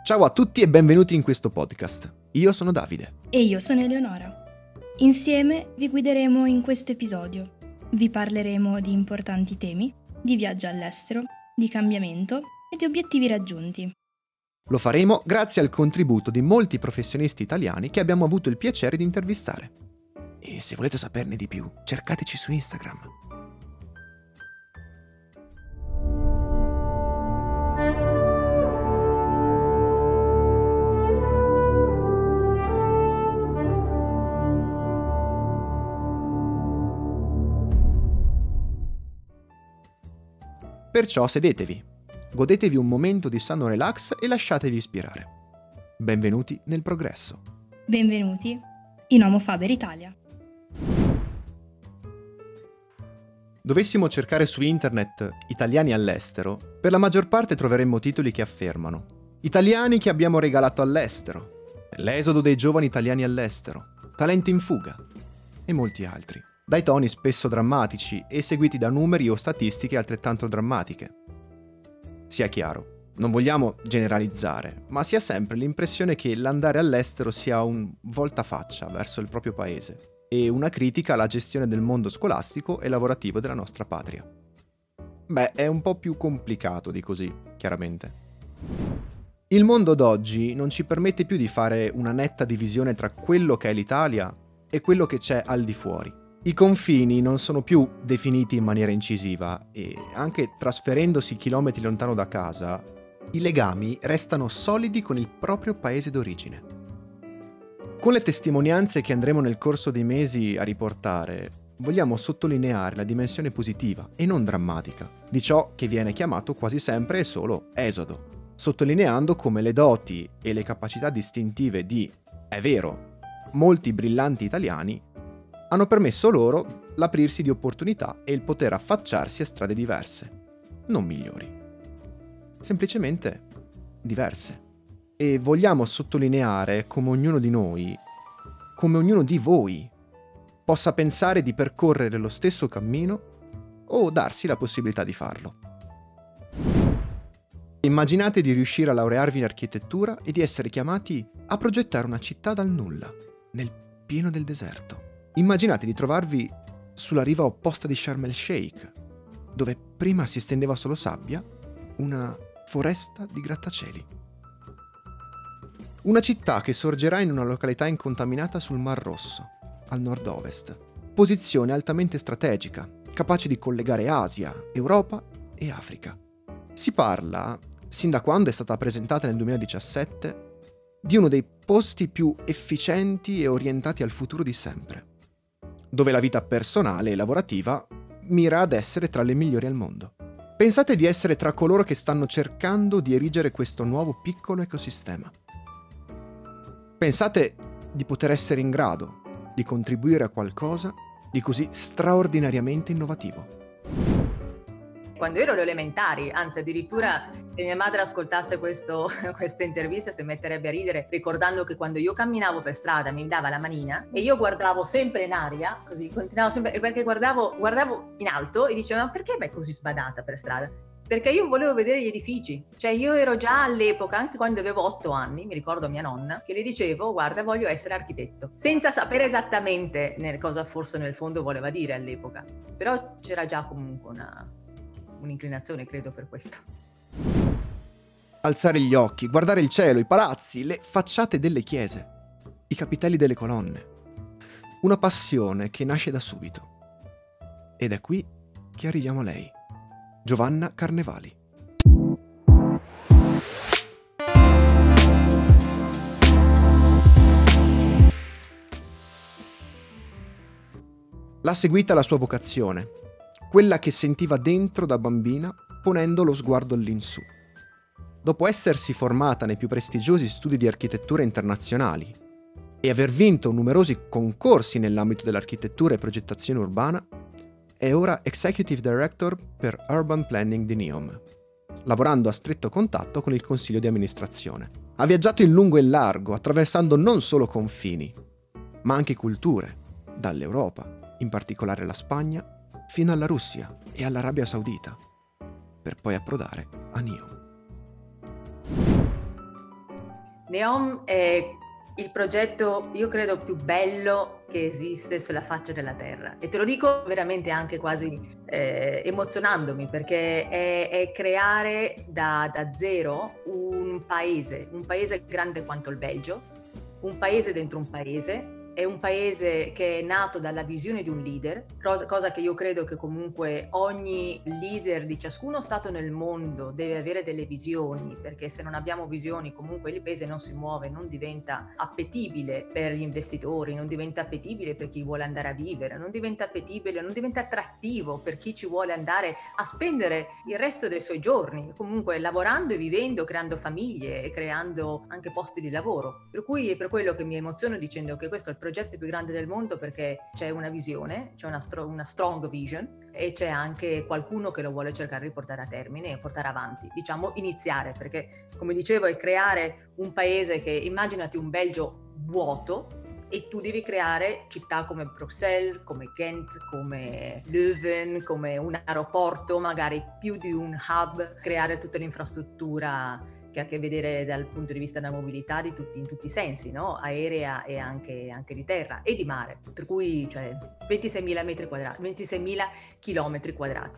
Ciao a tutti e benvenuti in questo podcast. Io sono Davide. E io sono Eleonora. Insieme vi guideremo in questo episodio. Vi parleremo di importanti temi, di viaggi all'estero, di cambiamento e di obiettivi raggiunti. Lo faremo grazie al contributo di molti professionisti italiani che abbiamo avuto il piacere di intervistare. E se volete saperne di più, cercateci su Instagram. Perciò sedetevi, godetevi un momento di sano relax e lasciatevi ispirare. Benvenuti nel progresso. Benvenuti in Homo Faber Italia. Dovessimo cercare su internet italiani all'estero, per la maggior parte troveremmo titoli che affermano: italiani che abbiamo regalato all'estero, l'esodo dei giovani italiani all'estero, talenti in fuga e molti altri. Dai toni spesso drammatici e seguiti da numeri o statistiche altrettanto drammatiche. Sia chiaro, non vogliamo generalizzare, ma si ha sempre l'impressione che l'andare all'estero sia un voltafaccia verso il proprio paese e una critica alla gestione del mondo scolastico e lavorativo della nostra patria. Beh, è un po' più complicato di così, chiaramente. Il mondo d'oggi non ci permette più di fare una netta divisione tra quello che è l'Italia e quello che c'è al di fuori. I confini non sono più definiti in maniera incisiva e, anche trasferendosi chilometri lontano da casa, i legami restano solidi con il proprio paese d'origine. Con le testimonianze che andremo nel corso dei mesi a riportare, vogliamo sottolineare la dimensione positiva e non drammatica di ciò che viene chiamato quasi sempre e solo esodo, sottolineando come le doti e le capacità distintive di, è vero, molti brillanti italiani hanno permesso loro l'aprirsi di opportunità e il poter affacciarsi a strade diverse, non migliori, semplicemente diverse. E vogliamo sottolineare come ognuno di noi, come ognuno di voi, possa pensare di percorrere lo stesso cammino o darsi la possibilità di farlo. Immaginate di riuscire a laurearvi in architettura e di essere chiamati a progettare una città dal nulla, nel pieno del deserto. Immaginate di trovarvi sulla riva opposta di Sharm el-Sheikh, dove prima si stendeva solo sabbia, una foresta di grattacieli. Una città che sorgerà in una località incontaminata sul Mar Rosso, al nord-ovest, posizione altamente strategica, capace di collegare Asia, Europa e Africa. Si parla, sin da quando è stata presentata nel 2017, di uno dei posti più efficienti e orientati al futuro di sempre, dove la vita personale e lavorativa mira ad essere tra le migliori al mondo. Pensate di essere tra coloro che stanno cercando di erigere questo nuovo piccolo ecosistema. Pensate di poter essere in grado di contribuire a qualcosa di così straordinariamente innovativo. Quando ero alle elementari, anzi addirittura se mia madre ascoltasse questa intervista si metterebbe a ridere, ricordando che quando io camminavo per strada mi dava la manina e io guardavo sempre in aria, così continuavo sempre, perché guardavo in alto e dicevo: ma perché vai così sbadata per strada? Perché io volevo vedere gli edifici, cioè io ero già all'epoca, anche quando avevo 8 anni, mi ricordo a mia nonna, che le dicevo: guarda, voglio essere architetto, senza sapere esattamente cosa forse nel fondo voleva dire all'epoca, però c'era già comunque un'inclinazione, credo, per questo. Alzare gli occhi, guardare il cielo, i palazzi, le facciate delle chiese, i capitelli delle colonne. Una passione che nasce da subito. Ed è qui che arriviamo a lei, Giovanna Carnevali. L'ha seguita la sua vocazione, quella che sentiva dentro da bambina, ponendo lo sguardo all'insù. Dopo essersi formata nei più prestigiosi studi di architettura internazionali e aver vinto numerosi concorsi nell'ambito dell'architettura e progettazione urbana, è ora Executive Director per Urban Planning di NEOM, lavorando a stretto contatto con il consiglio di amministrazione. Ha viaggiato in lungo e in largo, attraversando non solo confini, ma anche culture, dall'Europa, in particolare la Spagna, fino alla Russia e all'Arabia Saudita, per poi approdare a NEOM. NEOM è il progetto, io credo, più bello che esiste sulla faccia della terra, e te lo dico veramente anche quasi emozionandomi, perché è creare da zero un paese grande quanto il Belgio, un paese dentro un paese. È un paese che è nato dalla visione di un leader, cosa che io credo che comunque ogni leader di ciascuno stato nel mondo deve avere delle visioni, perché se non abbiamo visioni comunque il paese non si muove, non diventa appetibile per gli investitori, non diventa appetibile per chi vuole andare a vivere, non diventa appetibile, non diventa attrattivo per chi ci vuole andare a spendere il resto dei suoi giorni, comunque lavorando e vivendo, creando famiglie e creando anche posti di lavoro. Per cui è per quello che mi emoziono dicendo che questo è il progetto più grande del mondo, perché c'è una visione, c'è una strong vision, e c'è anche qualcuno che lo vuole cercare di portare a termine e portare avanti, diciamo iniziare, perché come dicevo è creare un paese che, immaginati un Belgio vuoto, e tu devi creare città come Bruxelles, come Ghent, come Leuven, come un aeroporto, magari più di un hub, creare tutta l'infrastruttura che ha a che vedere dal punto di vista della mobilità in tutti i sensi, no? Aerea e anche di terra e di mare, per cui 26.000 metri quadrati, 26.000 chilometri quadrati.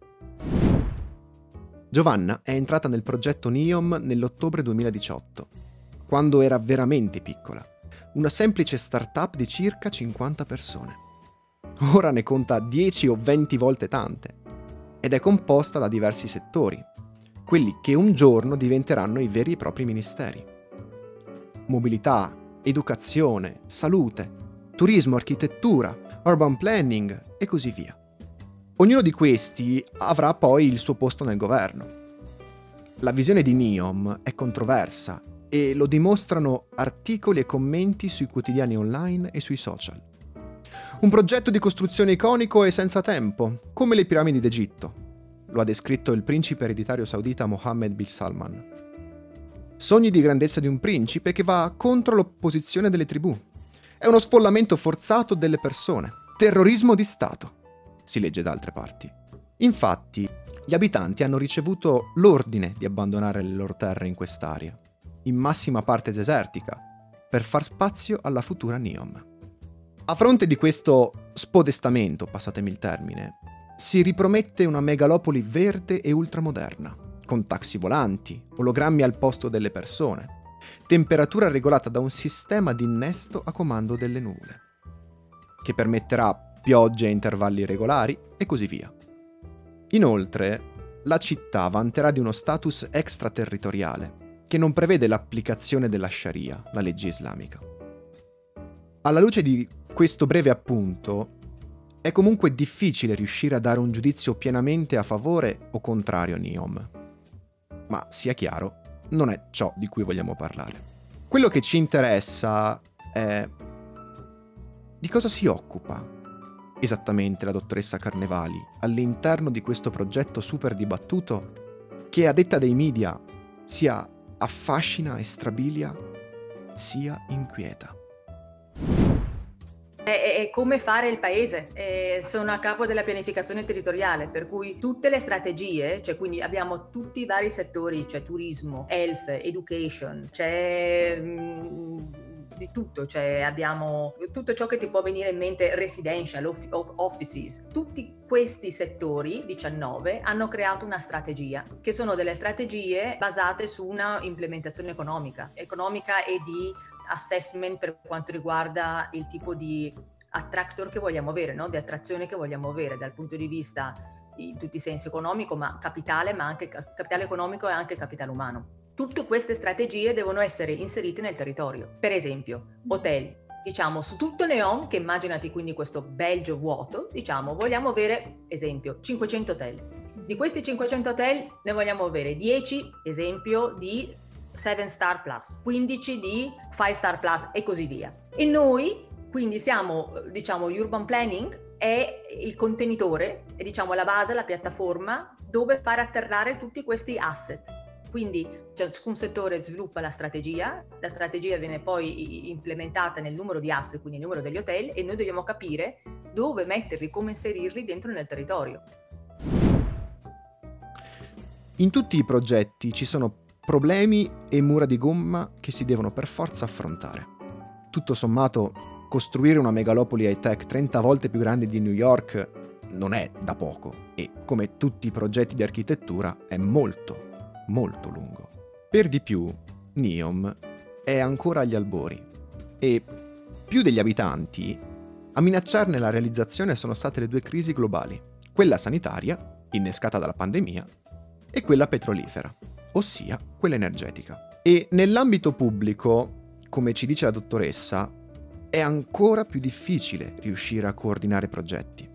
Giovanna è entrata nel progetto NEOM nell'ottobre 2018, quando era veramente piccola, una semplice startup di circa 50 persone. Ora ne conta 10 o 20 volte tante ed è composta da diversi settori, quelli che un giorno diventeranno i veri e propri ministeri. Mobilità, educazione, salute, turismo, architettura, urban planning e così via. Ognuno di questi avrà poi il suo posto nel governo. La visione di NEOM è controversa e lo dimostrano articoli e commenti sui quotidiani online e sui social. Un progetto di costruzione iconico e senza tempo, come le piramidi d'Egitto. Lo ha descritto il principe ereditario saudita Mohammed bin Salman. Sogni di grandezza di un principe che va contro l'opposizione delle tribù. È uno sfollamento forzato delle persone. Terrorismo di Stato, si legge da altre parti. Infatti, gli abitanti hanno ricevuto l'ordine di abbandonare le loro terre in quest'area, in massima parte desertica, per far spazio alla futura NEOM. A fronte di questo spodestamento, passatemi il termine, si ripromette una megalopoli verde e ultramoderna, con taxi volanti, ologrammi al posto delle persone, temperatura regolata da un sistema di innesto a comando delle nuvole, che permetterà piogge a intervalli regolari e così via. Inoltre, la città vanterà di uno status extraterritoriale, che non prevede l'applicazione della Sharia, la legge islamica. Alla luce di questo breve appunto, è comunque difficile riuscire a dare un giudizio pienamente a favore o contrario a NEOM. Ma sia chiaro, non è ciò di cui vogliamo parlare. Quello che ci interessa è di cosa si occupa esattamente la dottoressa Carnevali all'interno di questo progetto super dibattuto che, a detta dei media, sia affascina e strabilia, sia inquieta. È come fare il paese. Sono a capo della pianificazione territoriale, per cui tutte le strategie, cioè quindi abbiamo tutti i vari settori, c'è turismo, health, education, c'è di tutto, cioè abbiamo tutto ciò che ti può venire in mente, residential, offices. Tutti questi settori, 19, hanno creato una strategia, che sono delle strategie basate su una implementazione economica e di assessment per quanto riguarda il tipo di attractor che vogliamo avere, no? Di attrazione che vogliamo avere dal punto di vista in tutti i sensi economico, ma anche capitale economico e anche capitale umano. Tutte queste strategie devono essere inserite nel territorio. Per esempio, hotel. Diciamo, su tutto NEOM, che immaginati quindi questo Belgio vuoto, diciamo, vogliamo avere, esempio, 500 hotel. Di questi 500 hotel ne vogliamo avere 10, esempio, di 7 star plus, 15 di 5 star plus e così via. E noi quindi siamo, diciamo, urban planning è il contenitore, è diciamo la base, la piattaforma dove fare atterrare tutti questi asset. Quindi ciascun settore sviluppa la strategia viene poi implementata nel numero di asset, quindi il numero degli hotel, e noi dobbiamo capire dove metterli, come inserirli dentro nel territorio. In tutti i progetti ci sono problemi e mura di gomma che si devono per forza affrontare. Tutto sommato, costruire una megalopoli high-tech 30 volte più grande di New York non è da poco e, come tutti i progetti di architettura, è molto, molto lungo. Per di più, NEOM è ancora agli albori e, più degli abitanti, a minacciarne la realizzazione sono state le due crisi globali, quella sanitaria, innescata dalla pandemia, e quella petrolifera, ossia quella energetica. E nell'ambito pubblico, come ci dice la dottoressa, è ancora più difficile riuscire a coordinare progetti.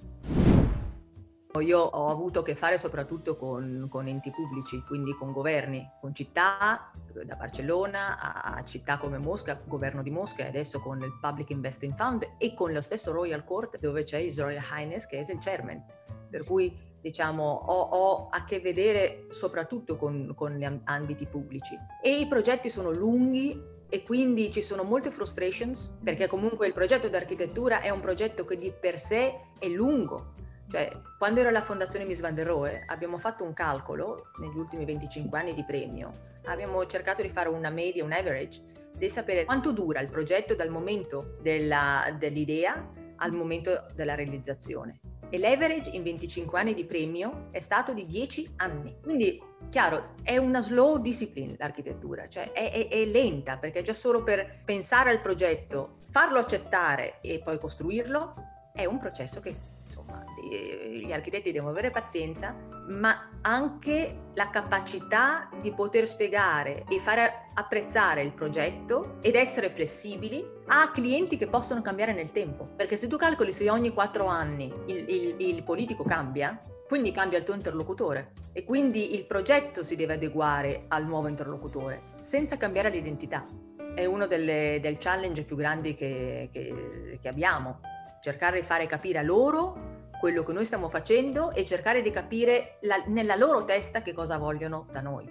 Io ho avuto a che fare soprattutto con enti pubblici, quindi con governi, con città, da Barcellona a città come Mosca, governo di Mosca, e adesso con il Public Investing Fund e con lo stesso Royal Court, dove c'è His Royal Highness che è il chairman. Per cui diciamo ho a che vedere soprattutto con gli ambiti pubblici. E i progetti sono lunghi e quindi ci sono molte frustrations, perché comunque il progetto d'architettura è un progetto che di per sé è lungo. Cioè, quando ero alla Fondazione Mies van der Rohe abbiamo fatto un calcolo negli ultimi 25 anni di premio, abbiamo cercato di fare una media, un average, di sapere quanto dura il progetto dal momento dell'idea al momento della realizzazione. E l'average in 25 anni di premio è stato di 10 anni. Quindi, chiaro, è una slow discipline l'architettura, cioè è lenta, perché già solo per pensare al progetto, farlo accettare e poi costruirlo, è un processo che gli architetti devono avere pazienza, ma anche la capacità di poter spiegare e fare apprezzare il progetto ed essere flessibili a clienti che possono cambiare nel tempo. Perché se tu calcoli se ogni 4 anni il politico cambia, quindi cambia il tuo interlocutore e quindi il progetto si deve adeguare al nuovo interlocutore senza cambiare l'identità. È uno del challenge più grandi che abbiamo, cercare di fare capire a loro quello che noi stiamo facendo e cercare di capire nella loro testa che cosa vogliono da noi.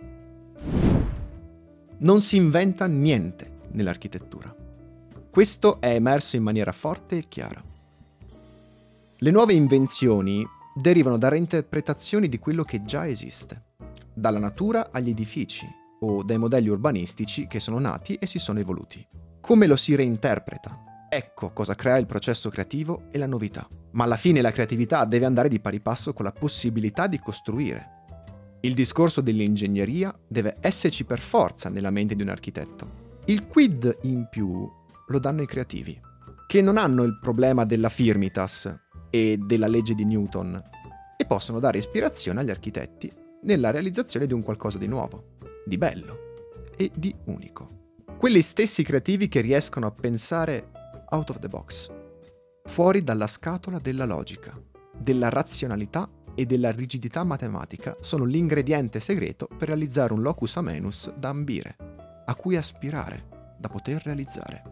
Non si inventa niente nell'architettura. Questo è emerso in maniera forte e chiara. Le nuove invenzioni derivano da reinterpretazioni di quello che già esiste, dalla natura agli edifici o dai modelli urbanistici che sono nati e si sono evoluti. Come lo si reinterpreta? Ecco cosa crea il processo creativo e la novità. Ma alla fine la creatività deve andare di pari passo con la possibilità di costruire. Il discorso dell'ingegneria deve esserci per forza nella mente di un architetto. Il quid in più lo danno i creativi, che non hanno il problema della firmitas e della legge di Newton e possono dare ispirazione agli architetti nella realizzazione di un qualcosa di nuovo, di bello e di unico. Quelli stessi creativi che riescono a pensare out of the box, fuori dalla scatola della logica, della razionalità e della rigidità matematica, sono l'ingrediente segreto per realizzare un locus amenus da ambire, a cui aspirare, da poter realizzare.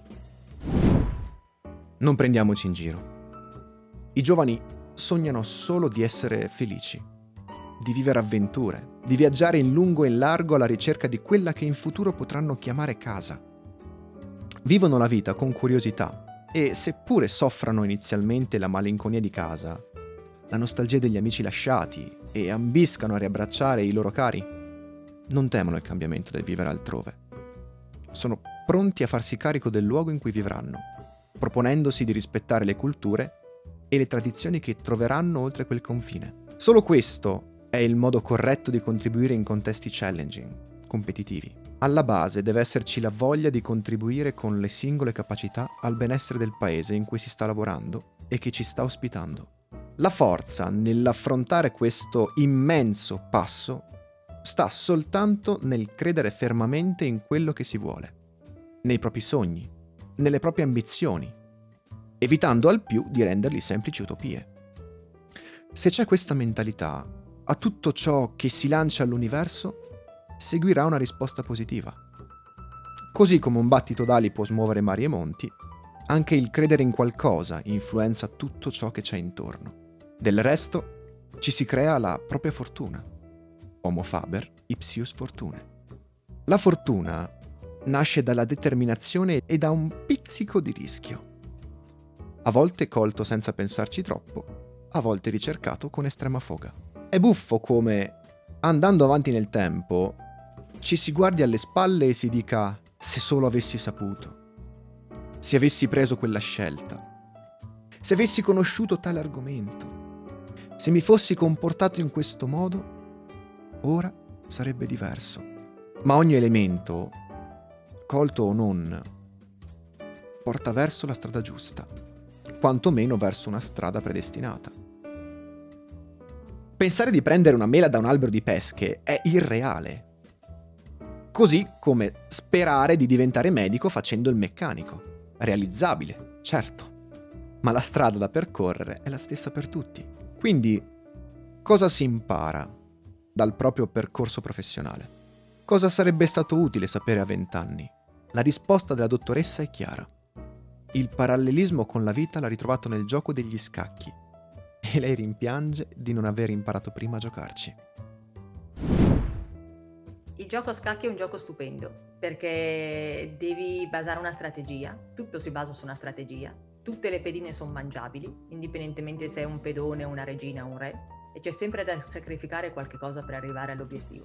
Non prendiamoci in giro. I giovani sognano solo di essere felici, di vivere avventure, di viaggiare in lungo e in largo alla ricerca di quella che in futuro potranno chiamare casa. Vivono la vita con curiosità e, seppure soffrano inizialmente la malinconia di casa, la nostalgia degli amici lasciati e ambiscano a riabbracciare i loro cari, non temono il cambiamento del vivere altrove. Sono pronti a farsi carico del luogo in cui vivranno, proponendosi di rispettare le culture e le tradizioni che troveranno oltre quel confine. Solo questo è il modo corretto di contribuire in contesti challenging, competitivi. Alla base deve esserci la voglia di contribuire con le singole capacità al benessere del paese in cui si sta lavorando e che ci sta ospitando. La forza nell'affrontare questo immenso passo sta soltanto nel credere fermamente in quello che si vuole, nei propri sogni, nelle proprie ambizioni, evitando al più di renderli semplici utopie. Se c'è questa mentalità, a tutto ciò che si lancia all'universo seguirà una risposta positiva. Così come un battito d'ali può smuovere mari e monti, anche il credere in qualcosa influenza tutto ciò che c'è intorno. Del resto, ci si crea la propria fortuna. Homo faber, ipsius fortune. La fortuna nasce dalla determinazione e da un pizzico di rischio. A volte colto senza pensarci troppo, a volte ricercato con estrema foga. È buffo come, andando avanti nel tempo, ci si guardi alle spalle e si dica: se solo avessi saputo, se avessi preso quella scelta, se avessi conosciuto tale argomento, se mi fossi comportato in questo modo, ora sarebbe diverso. Ma ogni elemento, colto o non, porta verso la strada giusta, quantomeno verso una strada predestinata. Pensare di prendere una mela da un albero di pesche è irreale. Così come sperare di diventare medico facendo il meccanico. Realizzabile, certo, ma la strada da percorrere è la stessa per tutti. Quindi, cosa si impara dal proprio percorso professionale? Cosa sarebbe stato utile sapere a 20 anni? La risposta della dottoressa è chiara. Il parallelismo con la vita l'ha ritrovato nel gioco degli scacchi e lei rimpiange di non aver imparato prima a giocarci. Il gioco a scacchi è un gioco stupendo perché devi basare una strategia, tutto si basa su una strategia, tutte le pedine sono mangiabili, indipendentemente se è un pedone, una regina o un re, e c'è sempre da sacrificare qualche cosa per arrivare all'obiettivo.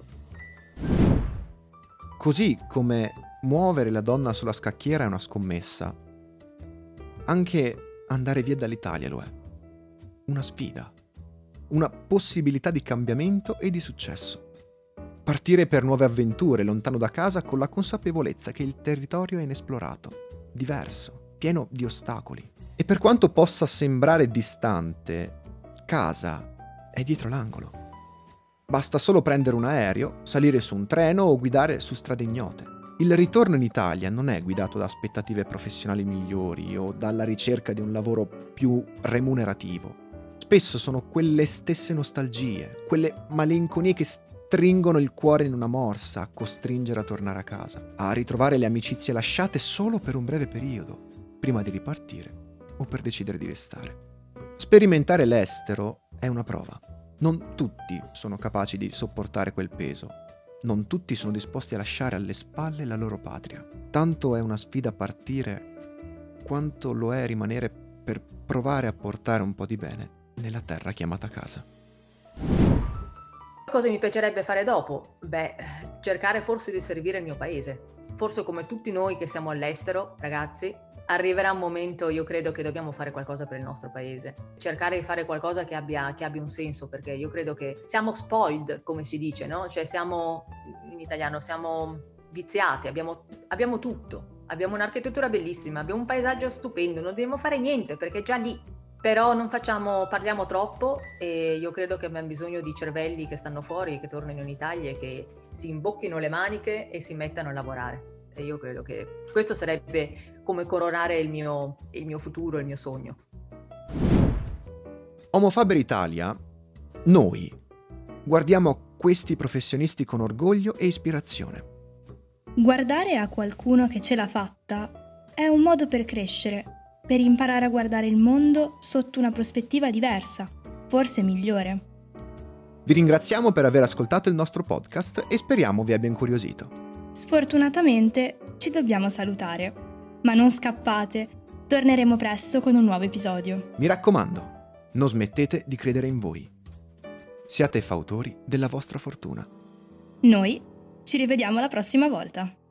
Così come muovere la donna sulla scacchiera è una scommessa, anche andare via dall'Italia lo è. Una sfida, una possibilità di cambiamento e di successo. Partire per nuove avventure lontano da casa con la consapevolezza che il territorio è inesplorato, diverso, pieno di ostacoli. E per quanto possa sembrare distante, casa è dietro l'angolo. Basta solo prendere un aereo, salire su un treno o guidare su strade ignote. Il ritorno in Italia non è guidato da aspettative professionali migliori o dalla ricerca di un lavoro più remunerativo. Spesso sono quelle stesse nostalgie, quelle malinconie che stringono il cuore in una morsa a costringere a tornare a casa, a ritrovare le amicizie lasciate solo per un breve periodo, prima di ripartire o per decidere di restare. Sperimentare l'estero è una prova. Non tutti sono capaci di sopportare quel peso. Non tutti sono disposti a lasciare alle spalle la loro patria. Tanto è una sfida partire quanto lo è rimanere per provare a portare un po' di bene nella terra chiamata casa. Cosa mi piacerebbe fare dopo? Cercare forse di servire il mio paese. Forse come tutti noi che siamo all'estero, ragazzi, arriverà un momento, io credo che dobbiamo fare qualcosa per il nostro paese. Cercare di fare qualcosa che abbia un senso, perché io credo che siamo spoiled, come si dice, no? Cioè siamo, in italiano, siamo viziati, abbiamo tutto. Abbiamo un'architettura bellissima, abbiamo un paesaggio stupendo, non dobbiamo fare niente perché è già lì. Però parliamo troppo e io credo che abbiamo bisogno di cervelli che stanno fuori, che tornino in Italia e che si imbocchino le maniche e si mettano a lavorare. E io credo che questo sarebbe come coronare il mio futuro, il mio sogno. Homo Faber Italia, noi guardiamo a questi professionisti con orgoglio e ispirazione. Guardare a qualcuno che ce l'ha fatta è un modo per crescere, per imparare a guardare il mondo sotto una prospettiva diversa, forse migliore. Vi ringraziamo per aver ascoltato il nostro podcast e speriamo vi abbia incuriosito. Sfortunatamente ci dobbiamo salutare, ma non scappate, torneremo presto con un nuovo episodio. Mi raccomando, non smettete di credere in voi. Siate fautori della vostra fortuna. Noi ci rivediamo la prossima volta.